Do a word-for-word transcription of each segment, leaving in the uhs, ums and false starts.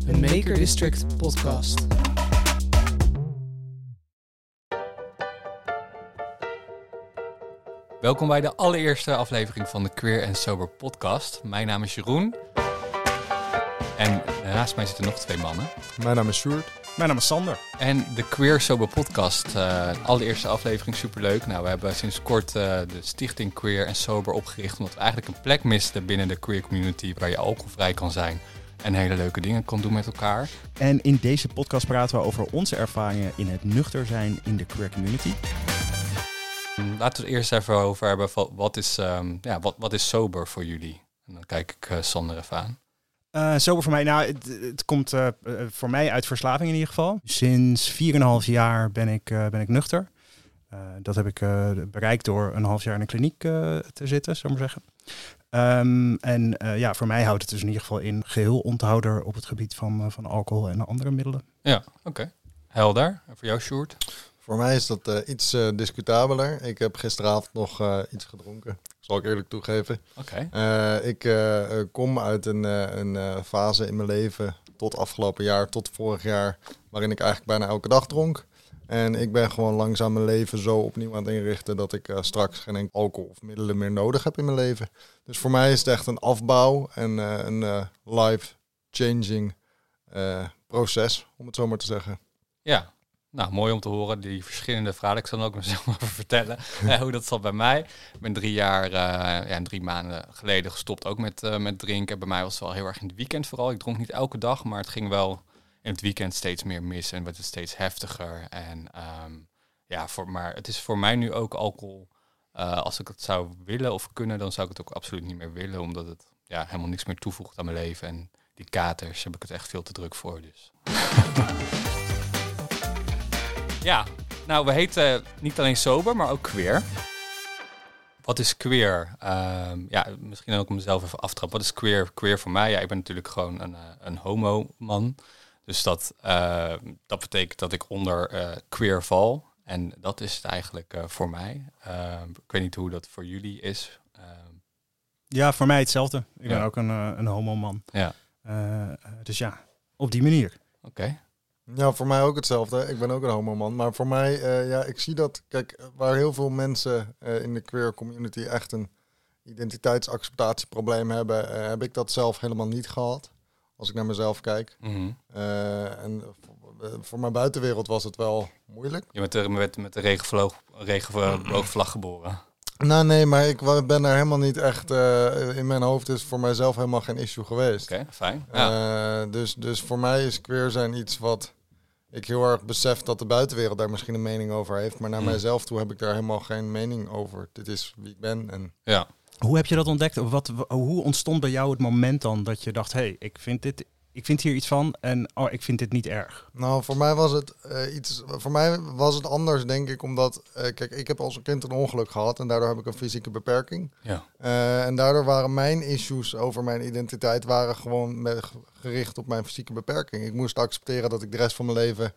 een Maker District podcast. Welkom bij de allereerste aflevering van de Queer and Sober podcast. Mijn naam is Jeroen. En naast mij zitten nog twee mannen. Mijn naam is Sjoerd. Mijn naam is Sander. En de Queer Sober podcast, uh, allereerste aflevering, superleuk. Nou, we hebben sinds kort uh, de stichting Queer and Sober opgericht, omdat we eigenlijk een plek misten binnen de queer community waar je alcoholvrij kan zijn en hele leuke dingen kan doen met elkaar. En in deze podcast praten we over onze ervaringen in het nuchter zijn in de queer community. Laten we het eerst even over hebben van wat is, um, ja, wat, wat is sober voor jullie? En dan kijk ik uh, Sander even aan. Uh, sober voor mij, nou, het, het komt uh, voor mij uit verslaving in ieder geval. Sinds vier en een half jaar ben ik, uh, ben ik nuchter. Uh, dat heb ik uh, bereikt door een half jaar in een kliniek uh, te zitten, zou ik maar zeggen. Um, en uh, ja, voor mij houdt het dus in ieder geval in geheel onthouder op het gebied van, uh, van alcohol en andere middelen. Ja, oké. Okay. Helder. En voor jou, Sjoerd? Voor mij is dat uh, iets uh, discutabeler. Ik heb gisteravond nog uh, iets gedronken. Zal ik eerlijk toegeven. Oké. Okay. Uh, ik uh, kom uit een, uh, een uh, fase in mijn leven tot afgelopen jaar, tot vorig jaar, waarin ik eigenlijk bijna elke dag dronk. En ik ben gewoon langzaam mijn leven zo opnieuw aan het inrichten dat ik uh, straks geen enkel alcohol of middelen meer nodig heb in mijn leven. Dus voor mij is het echt een afbouw en uh, een uh, life-changing uh, proces, om het zo maar te zeggen. Ja. Nou, mooi om te horen, die verschillende verhalen. Ik zal dan ook mezelf even vertellen uh, hoe dat zat bij mij. Ik ben drie jaar, uh, ja, drie maanden geleden gestopt ook met, uh, met drinken. Bij mij was het wel heel erg in het weekend vooral. Ik dronk niet elke dag, maar het ging wel in het weekend steeds meer mis en werd het steeds heftiger. En um, ja, voor, maar het is voor mij nu ook alcohol. Uh, als ik het zou willen of kunnen, dan zou ik het ook absoluut niet meer willen, omdat het ja, helemaal niks meer toevoegt aan mijn leven. En die katers heb ik het echt veel te druk voor, dus. Ja, nou, we heten niet alleen sober, maar ook queer. Wat is queer? Uh, ja, misschien ook om mezelf even af te trappen. Wat is queer? Queer voor mij? Ja, ik ben natuurlijk gewoon een, uh, een homo-man. Dus dat, uh, dat betekent dat ik onder uh, queer val. En dat is het eigenlijk uh, voor mij. Uh, ik weet niet hoe dat voor jullie is. Uh, ja, voor mij hetzelfde. Ik ja. ben ook een, uh, een homo-man. Ja. Uh, dus ja, op die manier. Oké. Okay. Ja, voor mij ook hetzelfde. Ik ben ook een homoman. Maar voor mij, uh, ja, ik zie dat, kijk, waar heel veel mensen uh, in de queer community echt een identiteitsacceptatieprobleem hebben, uh, heb ik dat zelf helemaal niet gehad. Als ik naar mezelf kijk. Mm-hmm. Uh, en voor, uh, voor mijn buitenwereld was het wel moeilijk. Je bent de, met, met de regenvloog, regenboogvlag geboren. Nou nee, maar ik ben daar helemaal niet echt... Uh, in mijn hoofd is voor mijzelf helemaal geen issue geweest. Oké, okay, fijn. Ja. Uh, dus, dus voor mij is queer zijn iets wat ik heel erg besef dat de buitenwereld daar misschien een mening over heeft. Maar naar mm. mijzelf toe heb ik daar helemaal geen mening over. Dit is wie ik ben. En ja. Hoe heb je dat ontdekt? Wat, hoe ontstond bij jou het moment dan dat je dacht, hé, hey, ik vind dit... Ik vind hier iets van en oh, ik vind dit niet erg. Nou, voor mij was het uh, iets. Voor mij was het anders, denk ik, omdat uh, kijk, ik heb als kind een ongeluk gehad en daardoor heb ik een fysieke beperking. Ja. Uh, en daardoor waren mijn issues over mijn identiteit waren gewoon met, gericht op mijn fysieke beperking. Ik moest accepteren dat ik de rest van mijn leven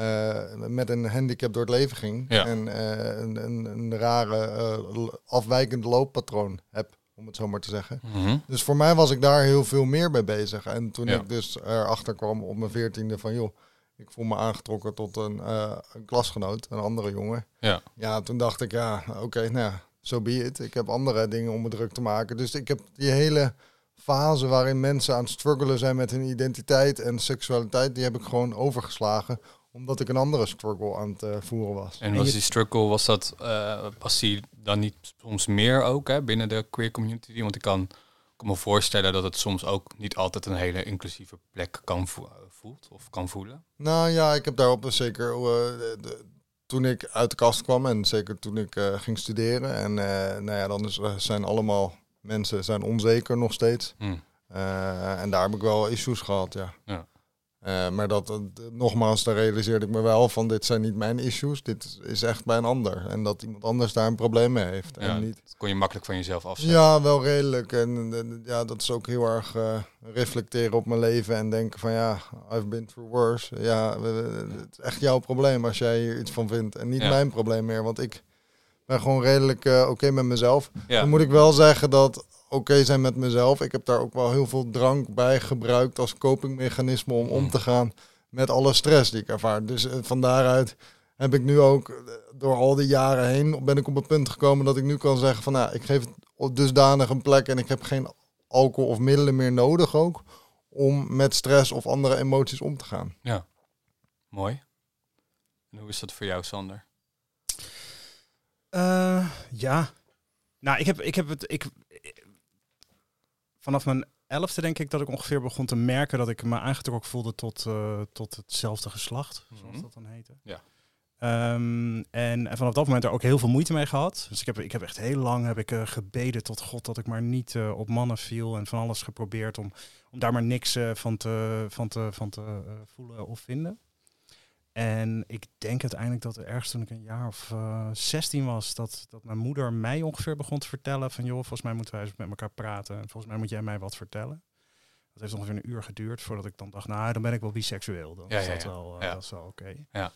uh, met een handicap door het leven ging ja. en uh, een, een, een rare uh, afwijkend looppatroon heb. Om het zo maar te zeggen. Mm-hmm. Dus voor mij was ik daar heel veel meer mee bezig. En toen ja. ik dus erachter kwam op mijn veertiende van... joh, ik voel me aangetrokken tot een, uh, een klasgenoot, een andere jongen. Ja, ja toen dacht ik, ja, oké, okay, nou ja, so be it. Ik heb andere dingen om me druk te maken. Dus ik heb die hele fase waarin mensen aan het struggelen zijn met hun identiteit en seksualiteit... die heb ik gewoon overgeslagen... omdat ik een andere struggle aan het uh, voeren was. En was die struggle, was dat, uh, was die dan niet soms meer ook hè, binnen de queer community? Want ik kan, kan me voorstellen dat het soms ook niet altijd een hele inclusieve plek kan vo- voelt of kan voelen. Nou ja, ik heb daarop zeker, uh, de, de, toen ik uit de kast kwam en zeker toen ik uh, ging studeren. En uh, nou ja, dan is, uh, zijn allemaal mensen zijn onzeker nog steeds. Hmm. Uh, en daar heb ik wel issues gehad, ja. ja. Uh, maar dat, uh, nogmaals, daar realiseerde ik me wel van, dit zijn niet mijn issues, dit is echt bij een ander. En dat iemand anders daar een probleem mee heeft. Ja, en niet... dat kon je makkelijk van jezelf afzetten. Ja, wel redelijk. En uh, ja, dat is ook heel erg uh, reflecteren op mijn leven en denken van, ja, I've been through worse. Ja, uh, het is echt jouw probleem als jij hier iets van vindt en niet ja. mijn probleem meer. Want ik ben gewoon redelijk uh, oké okay met mezelf. Ja. Dan moet ik wel zeggen dat oké zijn met mezelf. Ik heb daar ook wel heel veel drank bij gebruikt als copingmechanisme om om te gaan met alle stress die ik ervaar. Dus uh, van daaruit heb ik nu ook, uh, door al die jaren heen, ben ik op het punt gekomen dat ik nu kan zeggen van, nou, ik geef het dusdanig een plek en ik heb geen alcohol of middelen meer nodig ook om met stress of andere emoties om te gaan. Ja, mooi. En hoe is dat voor jou, Sander? Uh, ja, nou, ik heb, ik heb het, ik, vanaf mijn elfde denk ik dat ik ongeveer begon te merken dat ik me aangetrokken voelde tot, uh, tot hetzelfde geslacht, zoals Mm-hmm. dat dan heette. Ja. Um, en, en vanaf dat moment er ook heel veel moeite mee gehad. Dus ik heb, ik heb echt heel lang heb ik, uh, gebeden tot God dat ik maar niet uh, op mannen viel en van alles geprobeerd om, om daar maar niks uh, van te, van te, van te uh, voelen of vinden. En ik denk uiteindelijk dat er ergens toen ik een jaar of uh, zestien was, dat, dat mijn moeder mij ongeveer begon te vertellen van joh, volgens mij moeten wij eens met elkaar praten en volgens mij moet jij mij wat vertellen. Dat heeft ongeveer een uur geduurd voordat ik dan dacht, nou dan ben ik wel biseksueel. Dan ja, is ja, dat ja. wel, uh, ja. dat is wel oké. Okay. Ja.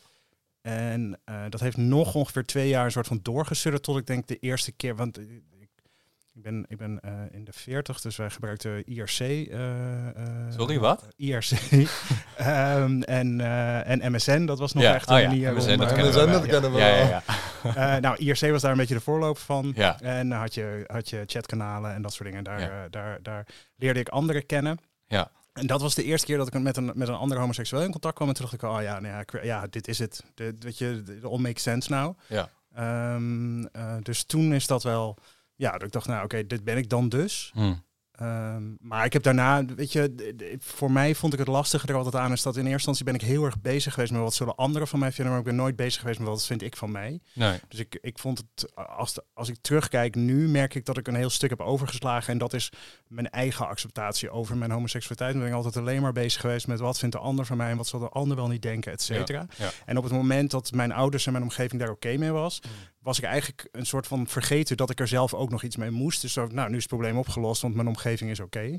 En uh, dat heeft nog ongeveer twee jaar een soort van doorgesudderd tot ik denk de eerste keer, want ik, ik ben, ik ben uh, in de veertig, dus wij gebruikten I R C. Uh, uh, Sorry, wat? I R C. um, en, uh, en M S N, dat was nog ja. echt een oh, ja. manier M S N, om... dat Uh, kennen we M S N, wel. dat kennen we ja, wel. ja, ja. uh, nou, I R C was daar een beetje de voorloper van. Ja. En dan had je, had je chatkanalen en dat soort dingen. Daar, Ja. uh, daar, daar leerde ik anderen kennen. Ja. En dat was de eerste keer dat ik met een, met een andere homoseksueel in contact kwam. En toen dacht ik, oh ja, nou ja, ik, ja dit is het. Dit, weet je, it all makes sense now. Ja. Um, uh, dus toen is dat wel... Ja, dat ik dacht, nou oké, okay, dit ben ik dan dus. Hmm. Um, maar ik heb daarna, weet je, d- d- voor mij vond ik het lastige er altijd aan is dat in eerste instantie ben ik heel erg bezig geweest met wat zullen anderen van mij vinden, maar ik ben nooit bezig geweest met wat vind ik van mij. Nee. Dus ik, ik vond het, als, de, als ik terugkijk nu, merk ik dat ik een heel stuk heb overgeslagen en dat is mijn eigen acceptatie over mijn homoseksualiteit. Dan ben ik altijd alleen maar bezig geweest met wat vindt de ander van mij en wat zal de ander wel niet denken, et cetera. Ja. Ja. En op het moment dat mijn ouders en mijn omgeving daar oké mee was, mm. was ik eigenlijk een soort van vergeten dat ik er zelf ook nog iets mee moest. Dus zo, nou, nu is het probleem opgelost, want mijn omgeving is oké. Okay.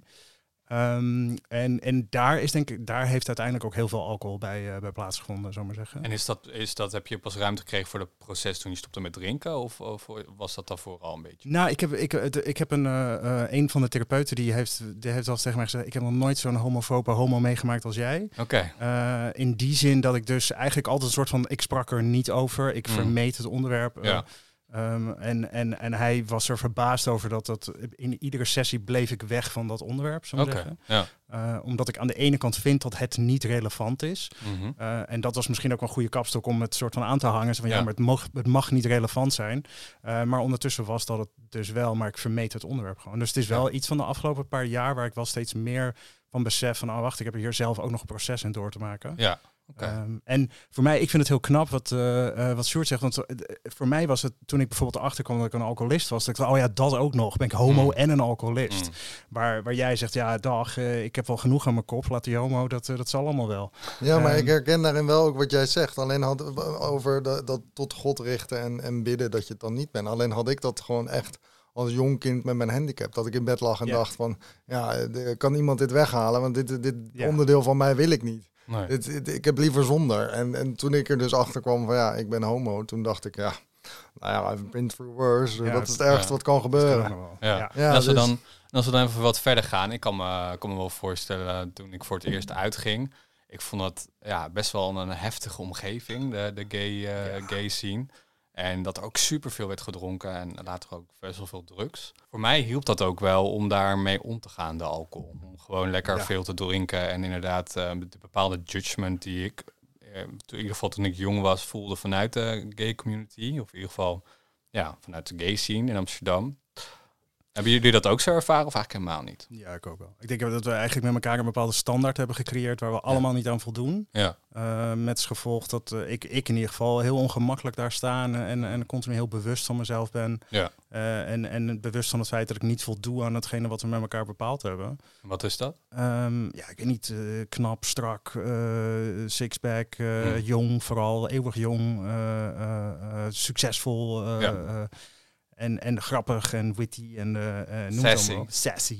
Um, en, en daar is denk ik, daar heeft uiteindelijk ook heel veel alcohol bij, uh, bij plaatsgevonden, zou maar zeggen. En is dat, is dat, heb je pas ruimte gekregen voor het proces toen je stopte met drinken? Of, of was dat daarvoor al een beetje? Nou, ik heb, ik, ik heb een, uh, uh, een van de therapeuten die heeft, die heeft wel tegen mij gezegd, ik heb nog nooit zo'n homofobe homo meegemaakt als jij. Oké. Okay. Uh, in die zin dat ik dus eigenlijk altijd een soort van, ik sprak er niet over, ik mm. vermeed het onderwerp. Uh, ja. Um, en, en, en hij was er verbaasd over dat dat in iedere sessie bleef ik weg van dat onderwerp, zou ik okay, zeggen. Ja. Uh, omdat ik aan de ene kant vind dat het niet relevant is. Mm-hmm. Uh, en dat was misschien ook een goede kapstok om het soort van aan te hangen. Van, ja, ja, maar het mag, het mag niet relevant zijn. Uh, maar ondertussen was dat het dus wel, maar ik vermeed het onderwerp gewoon. Dus het is wel ja. iets van de afgelopen paar jaar waar ik wel steeds meer van besef van, oh wacht, ik heb hier zelf ook nog een proces in door te maken. Ja. Okay. Um, en voor mij, ik vind het heel knap wat, uh, uh, wat Sjoerd zegt. Want uh, voor mij was het, toen ik bijvoorbeeld erachter kwam dat ik een alcoholist was, dat ik dacht, oh ja, dat ook nog. Ben ik homo mm. en een alcoholist. Mm. Waar, waar jij zegt, ja, dag, uh, ik heb wel genoeg aan mijn kop, laat die homo, dat, uh, dat zal allemaal wel. Ja, maar um, ik herken daarin wel ook wat jij zegt. Alleen had over de, dat tot God richten en, en bidden dat je het dan niet bent. Alleen had ik dat gewoon echt als jong kind met mijn handicap. Dat ik in bed lag en ja. dacht van, ja, de, kan iemand dit weghalen? Want dit, dit ja. onderdeel van mij wil ik niet. Nee. Het, het, ik heb liever zonder. En, en toen ik er dus achter kwam van ja, ik ben homo, toen dacht ik ja, nou ja, I've been through worse. Ja, dat is het ergste ja. wat kan gebeuren. Ja. Ja. Ja, als, dus we dan, als we dan even wat verder gaan, ik kan me, kan me wel voorstellen, toen ik voor het eerst uitging, ik vond dat ja, best wel een heftige omgeving, de, de gay, uh, ja. gay scene. En dat er ook superveel werd gedronken en later ook best wel veel drugs. Voor mij hielp dat ook wel om daarmee om te gaan, de alcohol. Om gewoon lekker ja. veel te drinken en inderdaad uh, de bepaalde judgment die ik, uh, in ieder geval toen ik jong was, voelde vanuit de gay community. Of in ieder geval ja, vanuit de gay scene in Amsterdam. Hebben jullie dat ook zo ervaren of eigenlijk helemaal niet? Ja, ik ook wel. Ik denk dat we eigenlijk met elkaar een bepaalde standaard hebben gecreëerd waar we allemaal ja. niet aan voldoen. Ja. Uh, met als gevolg dat uh, ik, ik in ieder geval heel ongemakkelijk daar sta en, en continu heel bewust van mezelf ben. Ja. Uh, en, en bewust van het feit dat ik niet voldoe aan hetgene wat we met elkaar bepaald hebben. Wat is dat? Um, ja, ik weet niet. Uh, knap, strak, uh, sixpack, uh, hmm. jong vooral, eeuwig jong, uh, uh, uh, succesvol. Uh, ja. uh, En, en grappig en witty en uh, uh, noem sassy. Het Sassy.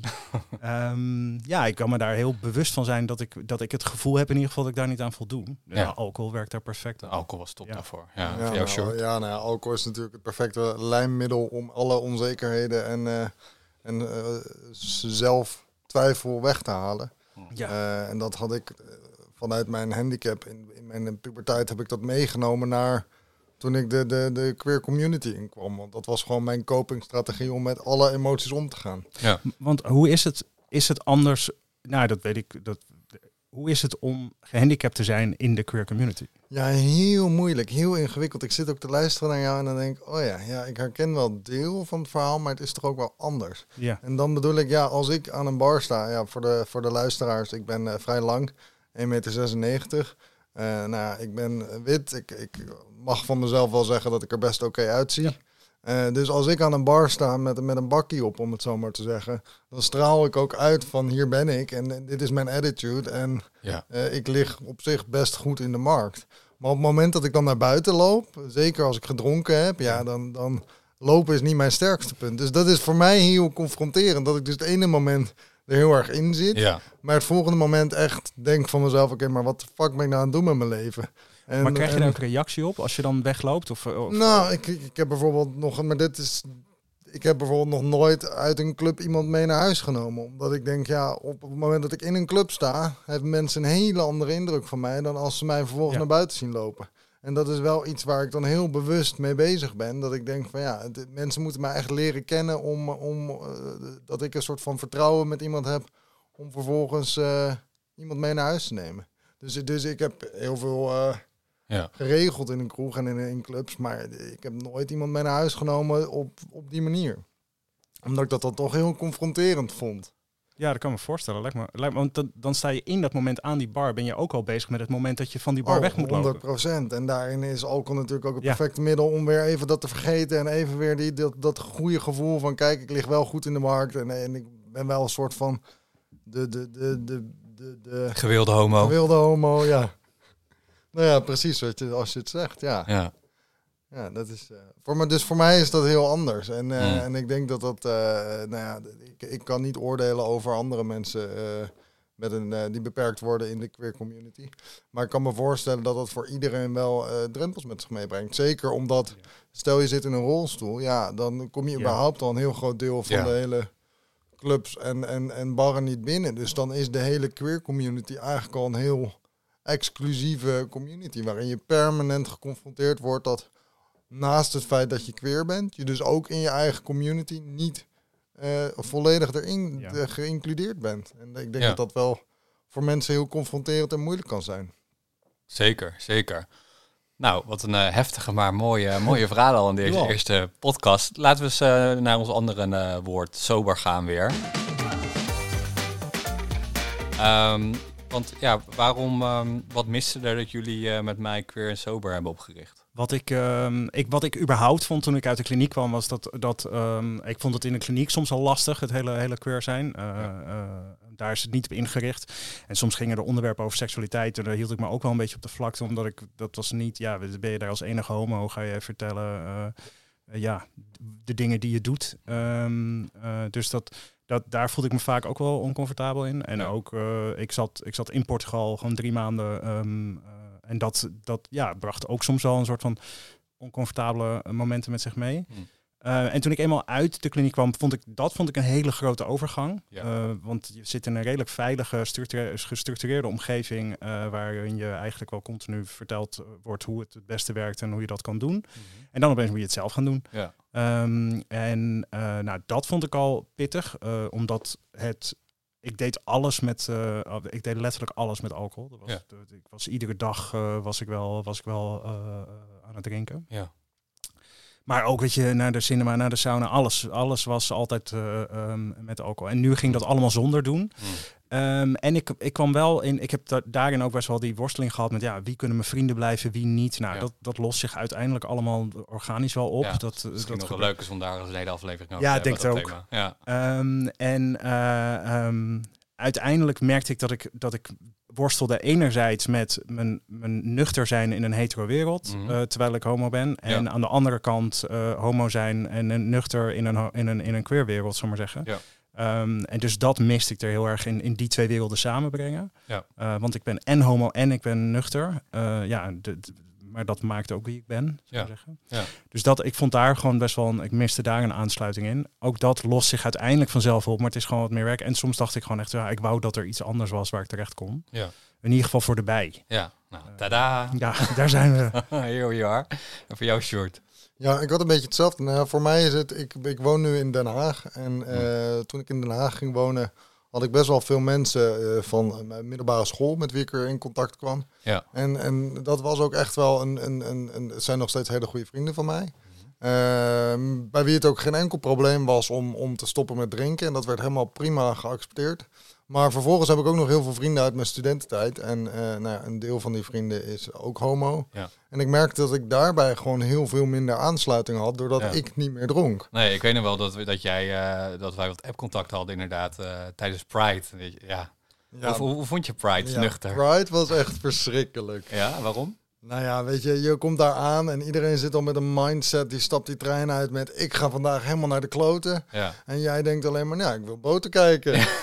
um, ja, ik kan me daar heel bewust van zijn dat ik, dat ik het gevoel heb in ieder geval dat ik daar niet aan voldoe. Ja. Ja, alcohol werkt daar perfect op. Alcohol was top ja. daarvoor. Ja, ja, nou, ja, nou ja, alcohol is natuurlijk het perfecte lijmmiddel om alle onzekerheden en, uh, en uh, zelf twijfel weg te halen. Ja. Uh, en dat had ik uh, vanuit mijn handicap in, in mijn puberteit heb ik dat meegenomen naar toen ik de, de, de queer community inkwam. Want dat was gewoon mijn copingstrategie om met alle emoties om te gaan. Ja. Want hoe is het, is het anders? Nou, dat weet ik. Dat, hoe is het om gehandicapt te zijn in de queer community? Ja, heel moeilijk, heel ingewikkeld. Ik zit ook te luisteren naar jou en dan denk ik, oh ja, ja, ik herken wel deel van het verhaal, maar het is toch ook wel anders. Ja. En dan bedoel ik, ja, als ik aan een bar sta, ja, voor de, voor de luisteraars, ik ben uh, vrij lang, één komma zesennegentig meter. Uh, nou ja, ik ben wit, ik, ik mag van mezelf wel zeggen dat ik er best oké uitzie. Ja. Uh, dus als ik aan een bar sta met, met een bakkie op, om het zo maar te zeggen, dan straal ik ook uit van hier ben ik en, en dit is mijn attitude en ja. uh, ik lig op zich best goed in de markt. Maar op het moment dat ik dan naar buiten loop, zeker als ik gedronken heb, ja, dan, dan lopen is niet mijn sterkste punt. Dus dat is voor mij heel confronterend, dat ik dus het ene moment er heel erg in zit, ja. maar het volgende moment echt denk van mezelf, oké, okay, maar wat de fuck ben ik nou aan het doen met mijn leven? En, maar krijg je daar ook reactie op als je dan wegloopt? Of, of nou, ik, ik heb bijvoorbeeld nog, maar dit is, ik heb bijvoorbeeld nog nooit uit een club iemand mee naar huis genomen. Omdat ik denk, ja, op het moment dat ik in een club sta, hebben mensen een hele andere indruk van mij dan als ze mij vervolgens ja. naar buiten zien lopen. En dat is wel iets waar ik dan heel bewust mee bezig ben. Dat ik denk van ja, de, mensen moeten mij echt leren kennen om, om uh, dat ik een soort van vertrouwen met iemand heb om vervolgens uh, iemand mee naar huis te nemen. Dus, dus ik heb heel veel uh, ja. geregeld in een kroeg en in, in clubs, maar ik heb nooit iemand mee naar huis genomen op, op die manier. Omdat ik dat dan toch heel confronterend vond. Ja, dat kan me voorstellen. Lijkt me, lijkt me, want dan, dan sta je in dat moment aan die bar. Ben je ook al bezig met het moment dat je van die bar oh, weg moet lopen. honderd procent. En daarin is alcohol natuurlijk ook het perfecte ja. middel om weer even dat te vergeten. En even weer die, dat, dat goede gevoel van kijk, ik lig wel goed in de markt. En, en ik ben wel een soort van de, de, de, de, de, de gewilde homo. Gewilde homo, ja. Nou ja, precies wat je, als je het zegt, ja. Ja. Ja, dat is uh, voor me. Dus voor mij is dat heel anders. En, uh, mm. en ik denk dat dat. Uh, nou ja, ik, ik kan niet oordelen over andere mensen uh, met een, uh, die beperkt worden in de queer community. Maar ik kan me voorstellen dat dat voor iedereen wel uh, drempels met zich meebrengt. Zeker omdat, ja. stel je zit in een rolstoel, ja, dan kom je ja. überhaupt al een heel groot deel van ja. de hele clubs en, en, en barren niet binnen. Dus dan is de hele queer community eigenlijk al een heel exclusieve community, waarin je permanent geconfronteerd wordt dat naast het feit dat je queer bent, je dus ook in je eigen community niet uh, volledig erin ja. de, geïncludeerd bent. En ik denk ja. dat dat wel voor mensen heel confronterend en moeilijk kan zijn. Zeker, zeker. Nou, wat een uh, heftige, maar mooie, mooie verhalen al in deze ja. eerste podcast. Laten we eens uh, naar ons andere uh, woord, sober, gaan weer. Um, want ja, waarom, um, wat miste er dat jullie uh, met mij Queer en Sober hebben opgericht? Wat ik, um, ik, wat ik überhaupt vond toen ik uit de kliniek kwam, was dat, dat um, ik vond het in de kliniek soms al lastig, het hele, hele queer zijn. Uh, ja. uh, daar is het niet op ingericht. En soms gingen er onderwerpen over seksualiteit en daar hield ik me ook wel een beetje op de vlakte, omdat ik, dat was niet, ja, ben je daar als enige homo, ga je vertellen, uh, uh, ja, de dingen die je doet. Um, uh, dus dat, dat, daar voelde ik me vaak ook wel oncomfortabel in. En ja. ook, uh, ik, zat, ik zat in Portugal gewoon drie maanden... Um, uh, En dat, dat ja, bracht ook soms wel een soort van oncomfortabele momenten met zich mee. Hmm. Uh, en toen ik eenmaal uit de kliniek kwam, vond ik dat vond ik een hele grote overgang. Ja. Uh, want je zit in een redelijk veilige, structure- gestructureerde omgeving, uh, waarin je eigenlijk wel continu verteld wordt hoe het het beste werkt en hoe je dat kan doen. Mm-hmm. En dan opeens moet je het zelf gaan doen. Ja. Um, en uh, nou, dat vond ik al pittig, uh, omdat het... Ik deed alles met, uh, ik deed letterlijk alles met alcohol. Dat was, ja. de, ik was iedere dag uh, was ik wel, was ik wel uh, aan het drinken. Ja. Maar ook weet je, naar de cinema, naar de sauna, alles, alles was altijd uh, um, met alcohol. En nu ging dat allemaal zonder doen. Mm. Um, en ik, ik kwam wel in, ik heb da- daarin ook best wel die worsteling gehad met ja, wie kunnen mijn vrienden blijven, wie niet. Nou, ja. dat, dat lost zich uiteindelijk allemaal organisch wel op. Ja, dat, misschien dat nog wel leuk is om daar eens een hele aflevering over ja, te hebben. Ja, denk het ook. Ja. Um, en uh, um, uiteindelijk merkte ik dat ik, dat ik worstelde enerzijds met mijn, mijn nuchter zijn in een hetero wereld, mm-hmm. uh, terwijl ik homo ben. En ja. aan de andere kant uh, homo zijn en een nuchter in een, in een, in een queer wereld, zal maar zeggen. Ja. Um, en dus dat miste ik er heel erg in, in die twee werelden samenbrengen. Ja. Uh, want ik ben en homo en ik ben nuchter. Uh, ja, de, de, maar dat maakt ook wie ik ben. Zou Ja. ik zeggen. Ja. Dus dat, ik vond daar gewoon best wel, een, ik miste daar een aansluiting in. Ook dat lost zich uiteindelijk vanzelf op, maar het is gewoon wat meer werk. En soms dacht ik gewoon echt, ja, ik wou dat er iets anders was waar ik terecht kon. Ja. In ieder geval voor de bij. Ja, nou, tada. Ja, daar zijn we. Here we are. En voor jou, Sjoerd. Ja, ik had een beetje hetzelfde. Nou, voor mij is het, ik, ik woon nu in Den Haag. En uh, toen ik in Den Haag ging wonen, had ik best wel veel mensen uh, van mijn middelbare school met wie ik er in contact kwam. Ja. En, en dat was ook echt wel een, een, een, een, het zijn nog steeds hele goede vrienden van mij. Uh, bij wie het ook geen enkel probleem was om, om te stoppen met drinken. En dat werd helemaal prima geaccepteerd. Maar vervolgens heb ik ook nog heel veel vrienden uit mijn studententijd. En uh, nou ja, een deel van die vrienden is ook homo. Ja. En ik merkte dat ik daarbij gewoon heel veel minder aansluiting had, doordat Ja. ik niet meer dronk. Nee, ik weet nog wel dat, we, dat, jij, uh, dat wij wat app-contact hadden inderdaad uh, tijdens Pride. Weet je, ja. Ja, Hoe, hoe vond je Pride ja, nuchter? Pride was echt verschrikkelijk. Ja, waarom? Nou ja, weet je, je komt daar aan en iedereen zit al met een mindset, die stapt die trein uit met ik ga vandaag helemaal naar de kloten. Ja. En jij denkt alleen maar, nou, ik wil boten kijken. Ja.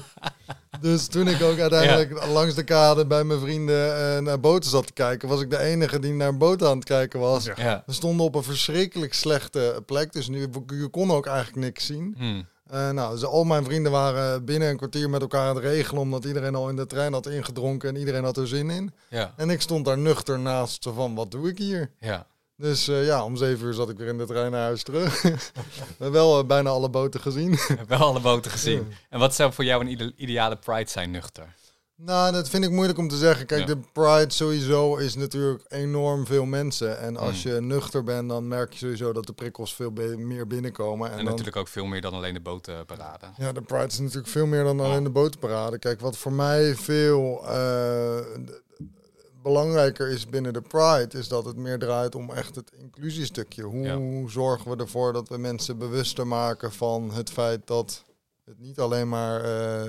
Dus toen ik ook uiteindelijk ja. langs de kade bij mijn vrienden uh, naar boten zat te kijken, was ik de enige die naar boten aan het kijken was. Ja. We stonden op een verschrikkelijk slechte plek, dus nu, je kon ook eigenlijk niks zien. Hmm. Uh, nou, dus al mijn vrienden waren binnen een kwartier met elkaar aan het regelen, omdat iedereen al in de trein had ingedronken en iedereen had er zin in. Ja. En ik stond daar nuchter naast van, wat doe ik hier? Ja. Dus uh, ja, om zeven uur zat ik weer in de trein naar huis terug. We hebben wel uh, bijna alle boten gezien. Wel alle boten gezien. Ja. En wat zou voor jou een ide- ideale Pride zijn, nuchter? Nou, dat vind ik moeilijk om te zeggen. Kijk, ja. de Pride sowieso is natuurlijk enorm veel mensen. En als mm. je nuchter bent, dan merk je sowieso dat de prikkels veel be- meer binnenkomen. En, en dan, natuurlijk ook veel meer dan alleen de botenparade. Ja, de Pride is natuurlijk veel meer dan alleen de botenparade. Kijk, wat voor mij veel uh, belangrijker is binnen de Pride, is dat het meer draait om echt het inclusiestukje. Hoe ja. zorgen we ervoor dat we mensen bewuster maken van het feit dat het niet alleen maar uh,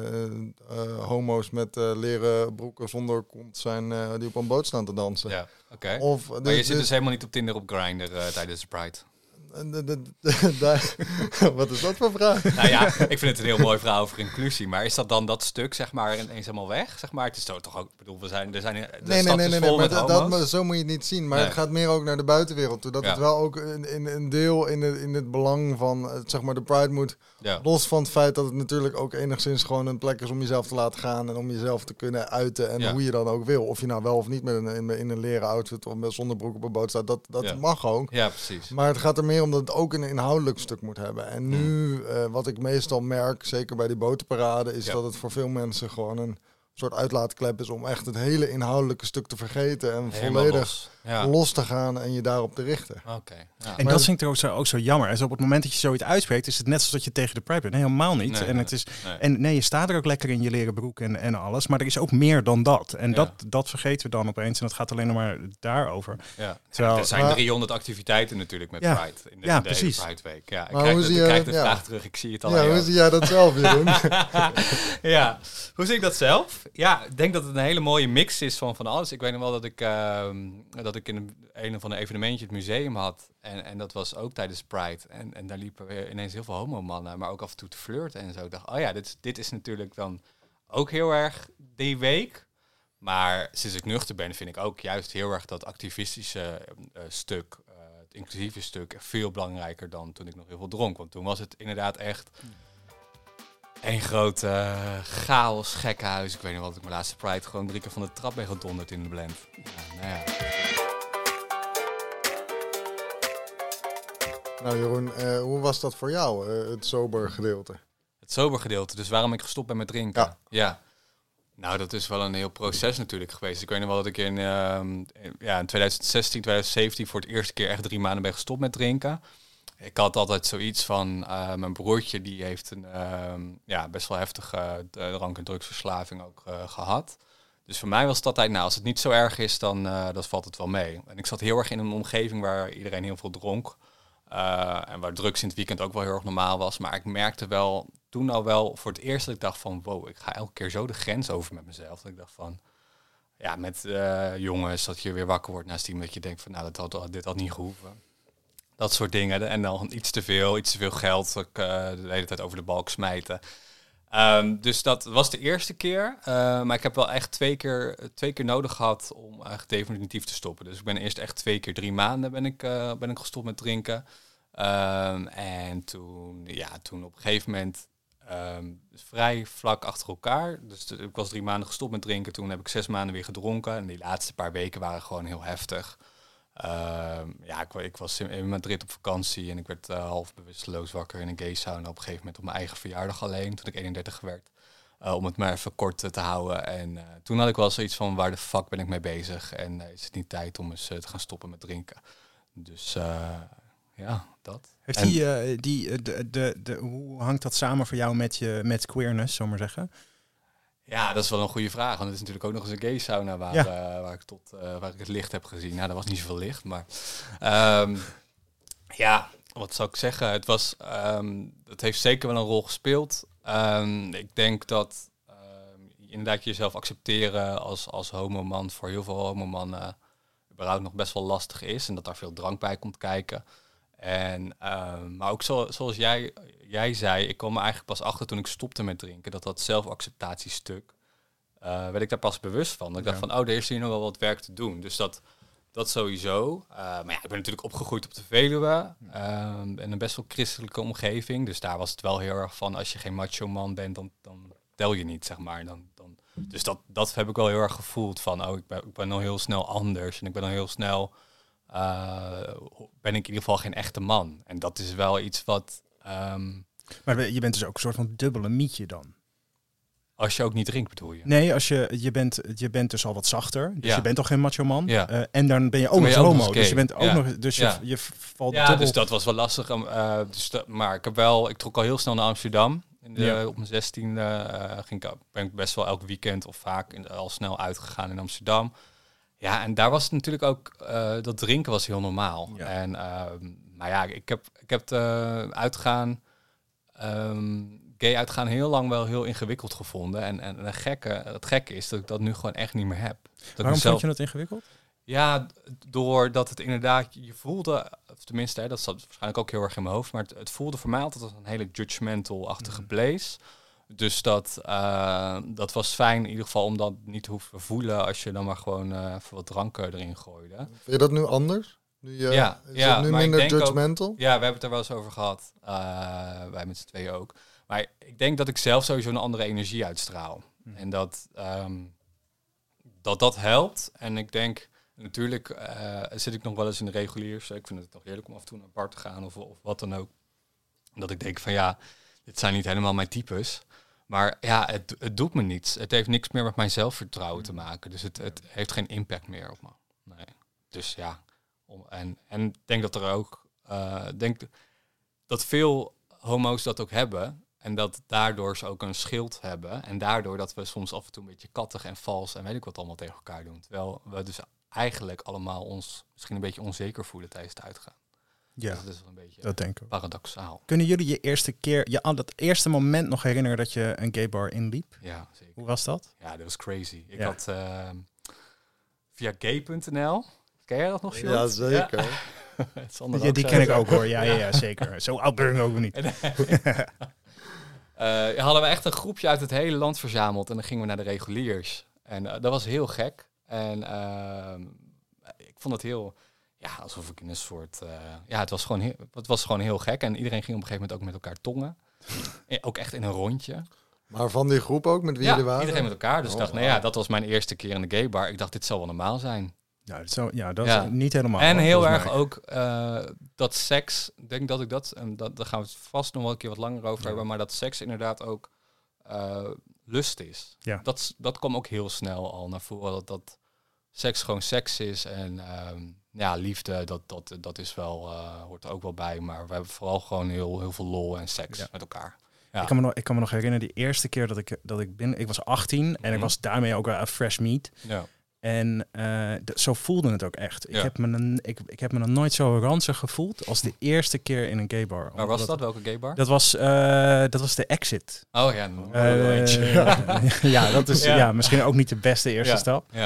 uh, homo's met uh, leren broeken zonder kont zijn uh, die op een boot staan te dansen. Ja, oké. Okay. Maar dus, je zit dus helemaal niet op Tinder op Grindr uh, tijdens de Pride? De, de, de, de, wat is dat voor vraag? Nou ja, ik vind het een heel mooi verhaal over inclusie. Maar is dat dan dat stuk, zeg maar, ineens helemaal weg? Zeg maar, het is toch ook, ik bedoel, we zijn, er zijn, de nee, stad nee, nee, is nee, vol nee, met maar homo's. dat, dat, zo moet je het niet zien. Maar nee. het gaat meer ook naar de buitenwereld toe. Dat ja. het wel ook een, in, een deel in het, in het belang van, zeg maar, de Pride moet, ja. los van het feit dat het natuurlijk ook enigszins gewoon een plek is om jezelf te laten gaan en om jezelf te kunnen uiten en ja. hoe je dan ook wil. Of je nou wel of niet met een, in, in een leren outfit of met zonder broek op een boot staat, dat, dat ja. mag ook. Ja, precies. Maar het gaat er meer om dat het ook een inhoudelijk stuk moet hebben. En nu, uh, wat ik meestal merk, zeker bij die botenparade, is ja. dat het voor veel mensen gewoon een soort uitlaatklep is om echt het hele inhoudelijke stuk te vergeten en Helemaal volledig los. Ja. los te gaan en je daarop te richten. Okay, ja. En maar dat vind ik er ook zo, ook zo jammer. Dus op het moment dat je zoiets uitspreekt, is het net zoals dat je tegen de Pride bent. Nee, helemaal niet. Nee, en, nee, het is, nee. en nee, je staat er ook lekker in je leren broek en, en alles. Maar er is ook meer dan dat. En ja. dat, dat vergeten we dan opeens. En dat gaat alleen nog maar daarover. Ja. Terwijl, er zijn maar, driehonderd activiteiten natuurlijk met ja, Pride. In de, ja, in de precies. Pride Week. Ja, ik maar krijg, hoe de, zie ik krijg je, de ja. vraag terug. Ik zie het al. Ja, hoe zie jij dat zelf, Jeroen? Ja, hoe zie ik dat zelf? Ja, ik denk dat het een hele mooie mix is van van alles. Ik weet nog wel dat ik, uh, dat ik in een, een of ander evenementje het museum had. En, en dat was ook tijdens Pride. En, en daar liepen weer ineens heel veel homomannen, maar ook af en toe te flirten en zo. Ik dacht, oh ja, dit, dit is natuurlijk dan ook heel erg die week. Maar sinds ik nuchter ben, vind ik ook juist heel erg dat activistische uh, stuk, uh, het inclusieve stuk, veel belangrijker dan toen ik nog heel veel dronk. Want toen was het inderdaad echt een groot uh, chaos, gekkenhuis. Ik weet nog wat ik mijn laatste Pride gewoon drie keer van de trap ben gedonderd in de blend. Ja, nou ja. Nou Jeroen, uh, hoe was dat voor jou, uh, het sober gedeelte? Het sober gedeelte, dus waarom ik gestopt ben met drinken? Ja. ja. Nou, dat is wel een heel proces natuurlijk geweest. Ik weet nog wel dat ik in, uh, in, ja, in twintig zestien, twintig zeventien voor het eerste keer echt drie maanden ben gestopt met drinken. Ik had altijd zoiets van, uh, mijn broertje die heeft een uh, ja, best wel heftige uh, drank- en drugsverslaving ook uh, gehad. Dus voor mij was het altijd, nou als het niet zo erg is, dan uh, dat valt het wel mee. En ik zat heel erg in een omgeving waar iedereen heel veel dronk. Uh, en waar drugs in het weekend ook wel heel erg normaal was. Maar ik merkte wel, toen al wel voor het eerst dat ik dacht van, wow, ik ga elke keer zo de grens over met mezelf. Dat ik dacht van, ja, met uh, jongens, dat je weer wakker wordt naast iemand dat je denkt van, nou, dat had, dit had niet gehoeven. Dat soort dingen. En dan iets te veel, iets te veel geld. Ik, uh, de hele tijd over de balk smijten. Um, dus dat was de eerste keer. Uh, maar ik heb wel echt twee keer, twee keer nodig gehad om eigenlijk definitief te stoppen. Dus ik ben eerst echt twee keer drie maanden ben ik, uh, ben ik gestopt met drinken. Um, en toen, ja, toen op een gegeven moment um, vrij vlak achter elkaar. Dus de, ik was drie maanden gestopt met drinken. Toen heb ik zes maanden weer gedronken. En die laatste paar weken waren gewoon heel heftig. Um, ja, ik, ik was in, in Madrid op vakantie en ik werd uh, half bewusteloos wakker in een gay sauna op een gegeven moment op mijn eigen verjaardag alleen, toen ik eenendertig werd. Uh, om het maar even kort uh, te houden. En uh, toen had ik wel zoiets van, waar de fuck ben ik mee bezig? En uh, is het niet tijd om eens uh, te gaan stoppen met drinken? Dus uh, ja, dat. Heeft en, die, uh, die uh, de, de, de, hoe hangt dat samen voor jou met, je, met queerness, zullen we maar zeggen? Ja, dat is wel een goede vraag. Want het is natuurlijk ook nog eens een gay sauna waar, ja. uh, waar, ik, tot, uh, waar ik het licht heb gezien. Nou, dat was niet zoveel licht, maar... Um, ja, wat zou ik zeggen? Het, was, um, het heeft zeker wel een rol gespeeld. Um, ik denk dat um, inderdaad jezelf accepteren als, als homoman voor heel veel homomannen überhaupt nog best wel lastig is. En dat daar veel drank bij komt kijken. En, um, maar ook zo, zoals jij, jij zei, ik kwam er eigenlijk pas achter toen ik stopte met drinken, dat dat zelfacceptatiestuk, uh, werd ik daar pas bewust van. Dat ik ja. dacht van, oh, er is hier nog wel wat werk te doen. Dus dat, dat sowieso. Uh, maar ja, ik ben natuurlijk opgegroeid op de Veluwe, um, in een best wel christelijke omgeving. Dus daar was het wel heel erg van, als je geen macho man bent, dan, dan tel je niet, zeg maar. Dan, dan, dus dat, dat heb ik wel heel erg gevoeld van, oh, ik ben, ik ben al heel snel anders en ik ben al heel snel... Uh, ben ik in ieder geval geen echte man. En dat is wel iets wat... Um, maar je bent dus ook een soort van dubbele mietje dan? Als je ook niet drinkt, bedoel je? Nee, als je, je, bent, je bent dus al wat zachter. Dus ja. je bent al geen macho man. Ja. Uh, en dan ben je ook nog eens homo. Nog dus je bent ook ja. nog... Dus je, ja. je valt Ja, dubbel... dus dat was wel lastig. Uh, dus dat, maar ik heb wel... Ik trok al heel snel naar Amsterdam. In de, ja. Op mijn zestiende uh, ging ik, ben ik best wel elk weekend of vaak in, al snel uitgegaan in Amsterdam. Ja, en daar was het natuurlijk ook, uh, dat drinken was heel normaal. Ja. En, uh, maar ja, ik heb, ik heb het uh, uitgaan, um, gay uitgaan heel lang wel heel ingewikkeld gevonden. En, en het, gekke, het gekke is dat ik dat nu gewoon echt niet meer heb. Dat Waarom mezelf, vond je dat ingewikkeld? Ja, doordat het inderdaad, je voelde, of tenminste, hè, dat zat waarschijnlijk ook heel erg in mijn hoofd, maar het, het voelde voor mij altijd als een hele judgmental-achtige mm. place. Dus dat, uh, dat was fijn in ieder geval om dat niet te hoeven voelen als je dan maar gewoon uh, voor wat drank erin gooide. Vind je dat nu anders? Nu, uh, ja, is ja, het nu maar minder ik denk judgmental? Ook, ja, we hebben het er wel eens over gehad. Uh, wij met z'n tweeën ook. Maar ik denk dat ik zelf sowieso een andere energie uitstraal. Hmm. En dat, um, dat dat helpt. En ik denk, natuurlijk uh, zit ik nog wel eens in de reguliers. Ik vind het nog heerlijk om af en toe naar een bar te gaan of, of wat dan ook. Dat ik denk van ja, dit zijn niet helemaal mijn types. Maar ja, het, het doet me niets. Het heeft niks meer met mijn zelfvertrouwen te maken. Dus het, het heeft geen impact meer op me. Nee. Dus ja. Om, en, en ik denk dat er ook... Uh, denk dat veel homo's dat ook hebben. En dat daardoor ze ook een schild hebben. En daardoor dat we soms af en toe een beetje kattig en vals... en weet ik wat allemaal tegen elkaar doen. Terwijl we dus eigenlijk allemaal ons misschien een beetje onzeker voelen tijdens het uitgaan. Ja, dus dat is wel een beetje dat denk ik. Paradoxaal. Kunnen jullie je eerste keer, je aan dat eerste moment nog herinneren dat je een gay bar inliep? Ja, zeker. Hoe was dat? Ja, dat was crazy. Ik ja. had uh, via gay punt n l, ken jij dat nog, Sjoerd? Ja, zeker. Ja. ja, die ken ik ook hoor, ja, ja, ja zeker. Zo oud ben ik ook niet. uh, hadden we echt een groepje uit het hele land verzameld en dan gingen we naar de reguliers. En uh, dat was heel gek. En uh, ik vond het heel... Ja, alsof ik in een soort... Uh, ja, het was, gewoon heel, het was gewoon heel gek. En iedereen ging op een gegeven moment ook met elkaar tongen. Ook echt in een rondje. Maar van die groep ook, met wie ja, jullie waren? Iedereen met elkaar. Dus oh, ik dacht, nou ja, dat was mijn eerste keer in de gay bar. Ik dacht, dit zal wel normaal zijn. Ja, dat, zou, ja, dat ja. is niet helemaal. En hoor, heel erg mij. ook uh, dat seks... Ik denk dat ik dat... En dat, daar gaan we het vast nog wel een keer wat langer over ja. hebben. Maar dat seks inderdaad ook uh, lust is. Ja. Dat, dat kwam ook heel snel al naar voren. Dat, dat seks gewoon seks is. En... Um, ja, liefde, dat, dat, dat is wel, uh, hoort er ook wel bij. Maar we hebben vooral gewoon heel, heel veel lol en seks ja. met elkaar. Ja. Ik, kan me nog, ik kan me nog herinneren, die eerste keer dat ik, dat ik binnen... Ik was achttien mm-hmm. en ik was daarmee ook een fresh meat. Ja. En uh, d- zo voelde het ook echt. Ik, ja. heb me een, ik, ik heb me nog nooit zo ranzig gevoeld als de eerste keer in een gay bar. Waar was dat? dat? Welke gay bar? Dat was, uh, dat was de Exit. Oh ja, uh, ja. ja, dat is ja. ja, misschien ook niet de beste eerste ja. stap. Ja.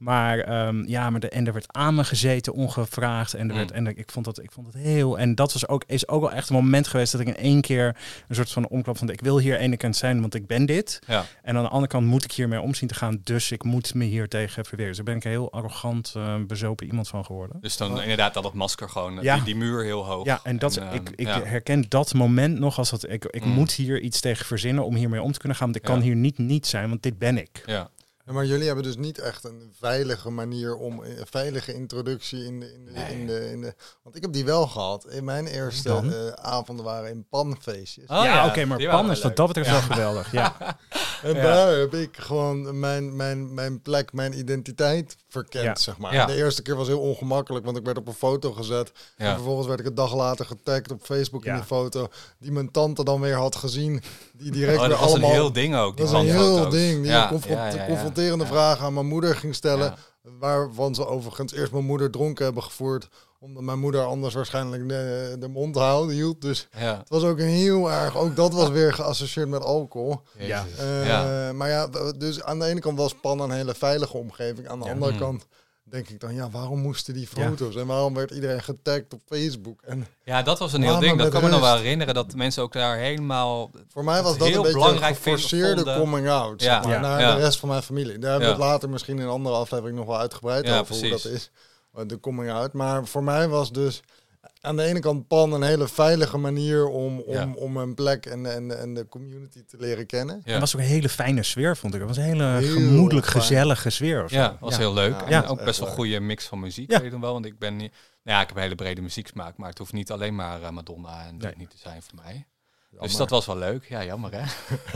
Maar um, ja, maar de, en er werd aan me gezeten, ongevraagd. En, er werd, Mm. en ik, vond dat, ik vond het heel... En dat was ook, is ook wel echt een moment geweest dat ik in één keer een soort van omklap van... Ik wil hier aan de ene kant zijn, want ik ben dit. Ja. En aan de andere kant moet ik hiermee om zien te gaan. Dus ik moet me hier tegen verweren. Dus daar ben ik een heel arrogant, uh, bezopen iemand van geworden. Dus dan oh. inderdaad dat het masker gewoon, ja. die, die muur heel hoog. Ja, en, dat, en uh, ik, ik ja. herken dat moment nog als dat... Ik, ik mm. moet hier iets tegen verzinnen om hiermee om te kunnen gaan. Want ik ja. kan hier niet niet zijn, want dit ben ik. Ja. Ja, maar jullie hebben dus niet echt een veilige manier om een veilige introductie in de, in de, nee. in de, in de want ik heb die wel gehad. In mijn eerste uh, avonden waren in panfeestjes. Oh, ja, ja. oké, okay, maar pan is wat dat betreft ja. wel geweldig. Ja. En ja. daar heb ik gewoon mijn, mijn, mijn plek, mijn identiteit verkend, ja. zeg maar. Ja. De eerste keer was heel ongemakkelijk, want ik werd op een foto gezet. Ja. En vervolgens werd ik een dag later getagd op Facebook ja. in die foto, die mijn tante dan weer had gezien. Die direct oh, dat weer was allemaal, een heel ding ook. Dat was een heel ding. Die ja. confront- ja, ja, ja. confronterende ja. vragen aan mijn moeder ging stellen. Ja. Waarvan ze overigens eerst mijn moeder dronken hebben gevoerd. Omdat mijn moeder anders waarschijnlijk de, de mond houden hield. Dus ja. het was ook een heel erg... Ook dat was weer geassocieerd met alcohol. Ja. Uh, ja. Maar ja, dus aan de ene kant was Pan een hele veilige omgeving. Aan de ja. andere mm. kant denk ik dan... Ja, waarom moesten die foto's? Ja. En waarom werd iedereen getagd op Facebook? En ja, dat was een heel ding. Dat kan me nog wel herinneren. Dat mensen ook daar helemaal... Voor mij was dat een beetje een geforceerde coming out. Ja. Zeg maar, ja. Naar ja. de rest van mijn familie. Daar hebben we ja. het later misschien in een andere aflevering nog wel uitgebreid ja, over precies. hoe dat is. De coming out. Maar voor mij was dus aan de ene kant Pan een hele veilige manier om, om, ja. om een plek en, en, en de community te leren kennen. Ja. Het was ook een hele fijne sfeer, vond ik. Het was een hele heel gemoedelijk, fijn. gezellige sfeer. Of zo. Ja, het was ja. heel leuk. Ja, en ook best wel een goede mix van muziek, ja. weet je dan wel. Want ik ben niet... Nou ja, ik heb een hele brede muzieksmaak, maar het hoeft niet alleen maar uh, Madonna en nee. niet te zijn voor mij. Jammer. Dus dat was wel leuk. Ja, jammer hè?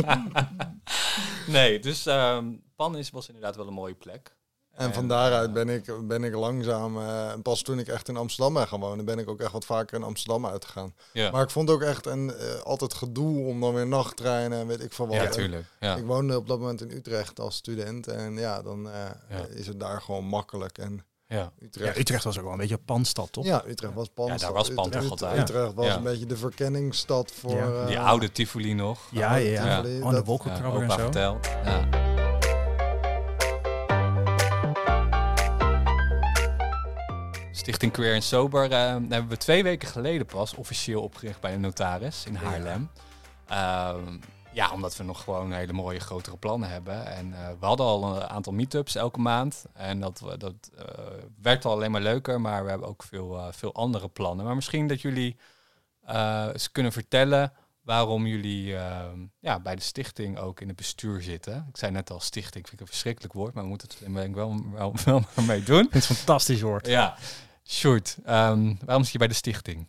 nee, dus um, Pan is, was inderdaad wel een mooie plek. En van daaruit ben ik, ben ik langzaam... Uh, pas toen ik echt in Amsterdam ben gaan wonen... ben ik ook echt wat vaker in Amsterdam uitgegaan. Ja. Maar ik vond ook echt een, uh, altijd gedoe om dan weer nachttreinen en weet ik van wat. Ja, tuurlijk. Ja. Ik woonde op dat moment in Utrecht als student. En ja, dan uh, ja. is het daar gewoon makkelijk. En ja. Utrecht. Ja, Utrecht was ook wel een beetje een panstad, toch? Ja, Utrecht was panstad. Ja, daar was pan Utrecht, altijd. Utrecht was ja. een beetje de verkenningsstad voor... Ja. Uh, Die oude Tivoli nog. Ja, ja. ja. Tivoli, oh, de wolkenkrabber ja, en zo. Vertel. Ja. Stichting Queer and Sober uh, hebben we twee weken geleden pas officieel opgericht bij de notaris in Haarlem. Ja. Uh, ja, omdat we nog gewoon hele mooie grotere plannen hebben. En uh, we hadden al een aantal meetups elke maand. En dat, dat uh, werd al alleen maar leuker, maar we hebben ook veel, uh, veel andere plannen. Maar misschien dat jullie uh, eens kunnen vertellen waarom jullie uh, ja, bij de stichting ook in het bestuur zitten. Ik zei net al stichting, vind ik een verschrikkelijk woord, maar we moeten het denk ik wel, wel, wel mee doen. Het is een fantastisch woord. Ja. Sjoerd, um, waarom zit je bij de stichting?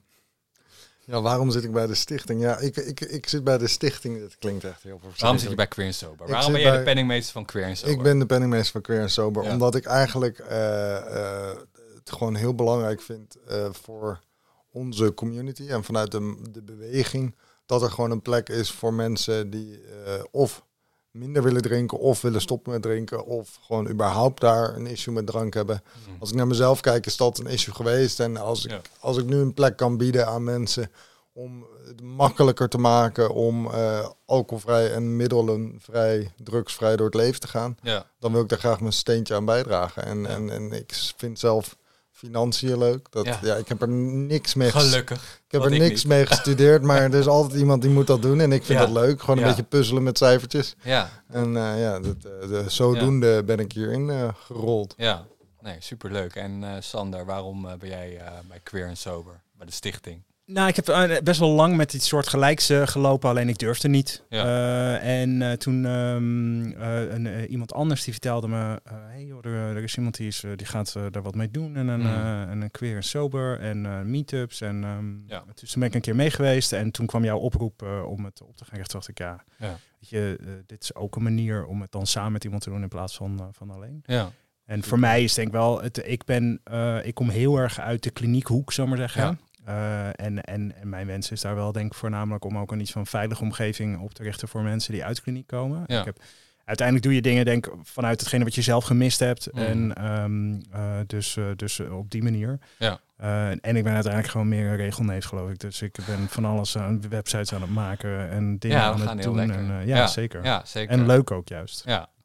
Ja, waarom zit ik bij de stichting? Ja, ik, ik, ik zit bij de stichting. Dat klinkt echt heel verschrikkelijk. Waarom zit je bij Queer and Sober? Ik waarom ben jij bij, de penningmeester van Queer and Sober? Ik ben de penningmeester van Queer and Sober. Ja. Omdat ik eigenlijk uh, uh, het gewoon heel belangrijk vind uh, voor onze community. En vanuit de, de beweging. Dat er gewoon een plek is voor mensen die uh, of minder willen drinken of willen stoppen met drinken of gewoon überhaupt daar een issue met drank hebben. Mm. Als ik naar mezelf kijk, is dat een issue geweest. En als ik, ja. als ik nu een plek kan bieden aan mensen om het makkelijker te maken om uh, alcoholvrij en middelenvrij, drugsvrij door het leven te gaan, ja. dan wil ik daar graag mijn steentje aan bijdragen. En, ja. en, en ik vind zelf financiën leuk. Dat, ja. ja, ik heb er niks mee Gelukkig. Ik heb er niks niet. mee gestudeerd, maar er is altijd iemand die moet dat doen. En ik vind ja. dat leuk. Gewoon een ja. beetje puzzelen met cijfertjes. Ja. En uh, ja, dat, uh, de, zodoende ja. ben ik hierin uh, gerold. Ja, nee, superleuk. En uh, Sander, waarom uh, ben jij uh, bij Queer and Sober, bij de stichting? Nou, ik heb uh, best wel lang met iets soort gelijks uh, gelopen, alleen ik durfde niet. Ja. Uh, en uh, toen um, uh, een, uh, iemand anders die vertelde me, uh, hey joh, er, er is iemand die, is, uh, die gaat uh, daar wat mee doen. En een, mm. uh, en een Queer and Sober en uh, meetups. En um, ja. dus toen ben ik een keer mee geweest en toen kwam jouw oproep uh, om het op te gaan. Toen dacht ik, ja, ja. Weet je, uh, dit is ook een manier om het dan samen met iemand te doen in plaats van, uh, van alleen. Ja. En voor mij is denk ik wel, het, ik ben, uh, ik kom heel erg uit de kliniekhoek, zou maar zeggen. Ja. Uh, en, en, en mijn wens is daar wel denk ik voornamelijk om ook een iets van veilige omgeving op te richten voor mensen die uit kliniek komen. Ja. Ik heb, uiteindelijk doe je dingen denk vanuit hetgene wat je zelf gemist hebt. Mm. En um, uh, dus, uh, dus uh, op die manier. Ja. Uh, en ik ben uiteindelijk gewoon meer een regelneef geloof ik. Dus ik ben van alles aan websites aan het maken en dingen ja, aan het doen. En, uh, ja, ja, zeker. Ja, zeker. En leuk ook juist. Ja.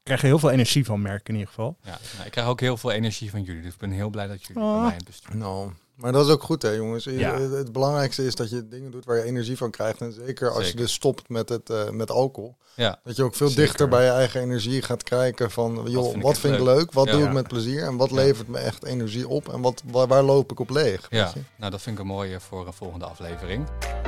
krijg er heel veel energie van, merk ik in ieder geval. Ja, nou, ik krijg ook heel veel energie van jullie. Dus ik ben heel blij dat jullie Oh. bij mij in het bestuur. Nou, maar dat is ook goed, hè, jongens. Ja. Het, het belangrijkste is dat je dingen doet waar je energie van krijgt. En zeker als Zeker. je dus stopt met, het, uh, met alcohol. Ja, Dat je ook veel Zeker. dichter bij je eigen energie gaat kijken van... joh, vind ik wat echt vind ik leuk? leuk? Wat Ja. doe ik Ja. met plezier? En wat Ja. levert me echt energie op? En wat, waar, waar loop ik op leeg? ja. weet je? Nou dat vind ik een mooie voor een volgende aflevering.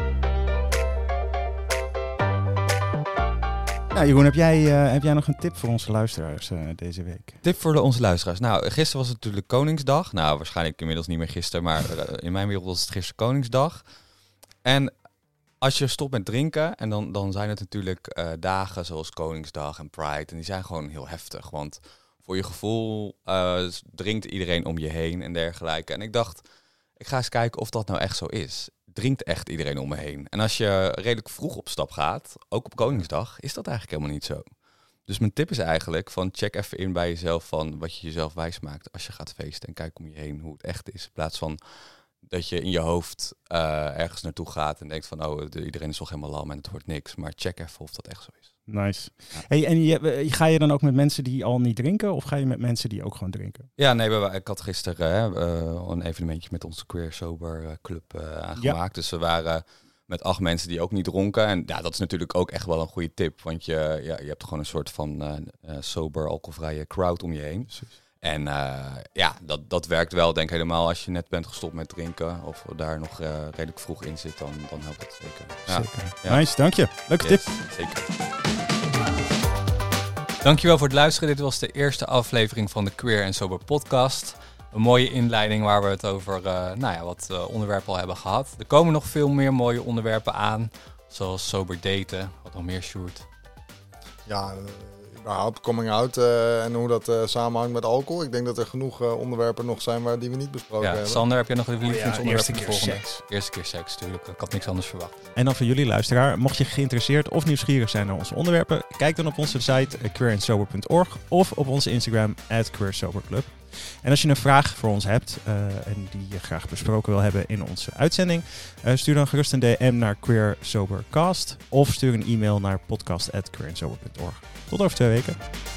Nou, Jeroen, heb jij, uh, heb jij nog een tip voor onze luisteraars uh, deze week? Tip voor de, onze luisteraars. Nou, gisteren was het natuurlijk Koningsdag. Nou, waarschijnlijk inmiddels niet meer gisteren, maar uh, in mijn wereld was het gisteren Koningsdag. En als je stopt met drinken, en dan, dan zijn het natuurlijk uh, dagen zoals Koningsdag en Pride. En die zijn gewoon heel heftig, want voor je gevoel uh, drinkt iedereen om je heen en dergelijke. En ik dacht, ik ga eens kijken of dat nou echt zo is. Drinkt echt iedereen om me heen? En als je redelijk vroeg op stap gaat, ook op Koningsdag, is dat eigenlijk helemaal niet zo. Dus mijn tip is eigenlijk van check even in bij jezelf van wat je jezelf wijs maakt als je gaat feesten. En kijk om je heen hoe het echt is. In plaats van dat je in je hoofd uh, ergens naartoe gaat en denkt van oh, de, iedereen is toch helemaal lam en het wordt niks. Maar check even of dat echt zo is. Nice. Ja. Hey, en je, ga je dan ook met mensen die al niet drinken of ga je met mensen die ook gewoon drinken? Ja, nee, we, ik had gisteren uh, een evenementje met onze Queer Sober uh, Club uh, aangemaakt. Ja. Dus we waren met acht mensen die ook niet dronken. En ja, dat is natuurlijk ook echt wel een goede tip. Want je, ja, je hebt gewoon een soort van uh, uh, sober, alcoholvrije crowd om je heen. Precies. En uh, ja, dat, dat werkt wel, denk ik helemaal als je net bent gestopt met drinken. Of daar nog uh, redelijk vroeg in zit, dan, dan helpt het zeker. Ja. Zeker. Ja. Nice, dank je. Leuke Yes, tip. Zeker. Dankjewel voor het luisteren. Dit was de eerste aflevering van de Queer en Sober podcast. Een mooie inleiding waar we het over uh, nou ja, wat uh, onderwerpen al hebben gehad. Er komen nog veel meer mooie onderwerpen aan. Zoals sober daten. Wat nog meer, Sjoerd? Ja, uh, überhaupt coming out uh, en hoe dat uh, samenhangt met alcohol. Ik denk dat er genoeg uh, onderwerpen nog zijn waar die we niet besproken Ja, hebben. Sander, heb jij nog een Oh ja, lievelingsonderwerp eerste voor de keer volgende? seks. Eerste keer seks, natuurlijk. Ik had niks anders verwacht. En dan voor jullie luisteraar, mocht je geïnteresseerd of nieuwsgierig zijn naar onze onderwerpen, kijk dan op onze site uh, queer and sober punt org of op onze Instagram at queer sober club. En als je een vraag voor ons hebt uh, en die je graag besproken wil hebben in onze uitzending, uh, stuur dan gerust een D M naar Queer Sobercast of stuur een e-mail naar podcast at queer and sober punt org. Tot over twee weken.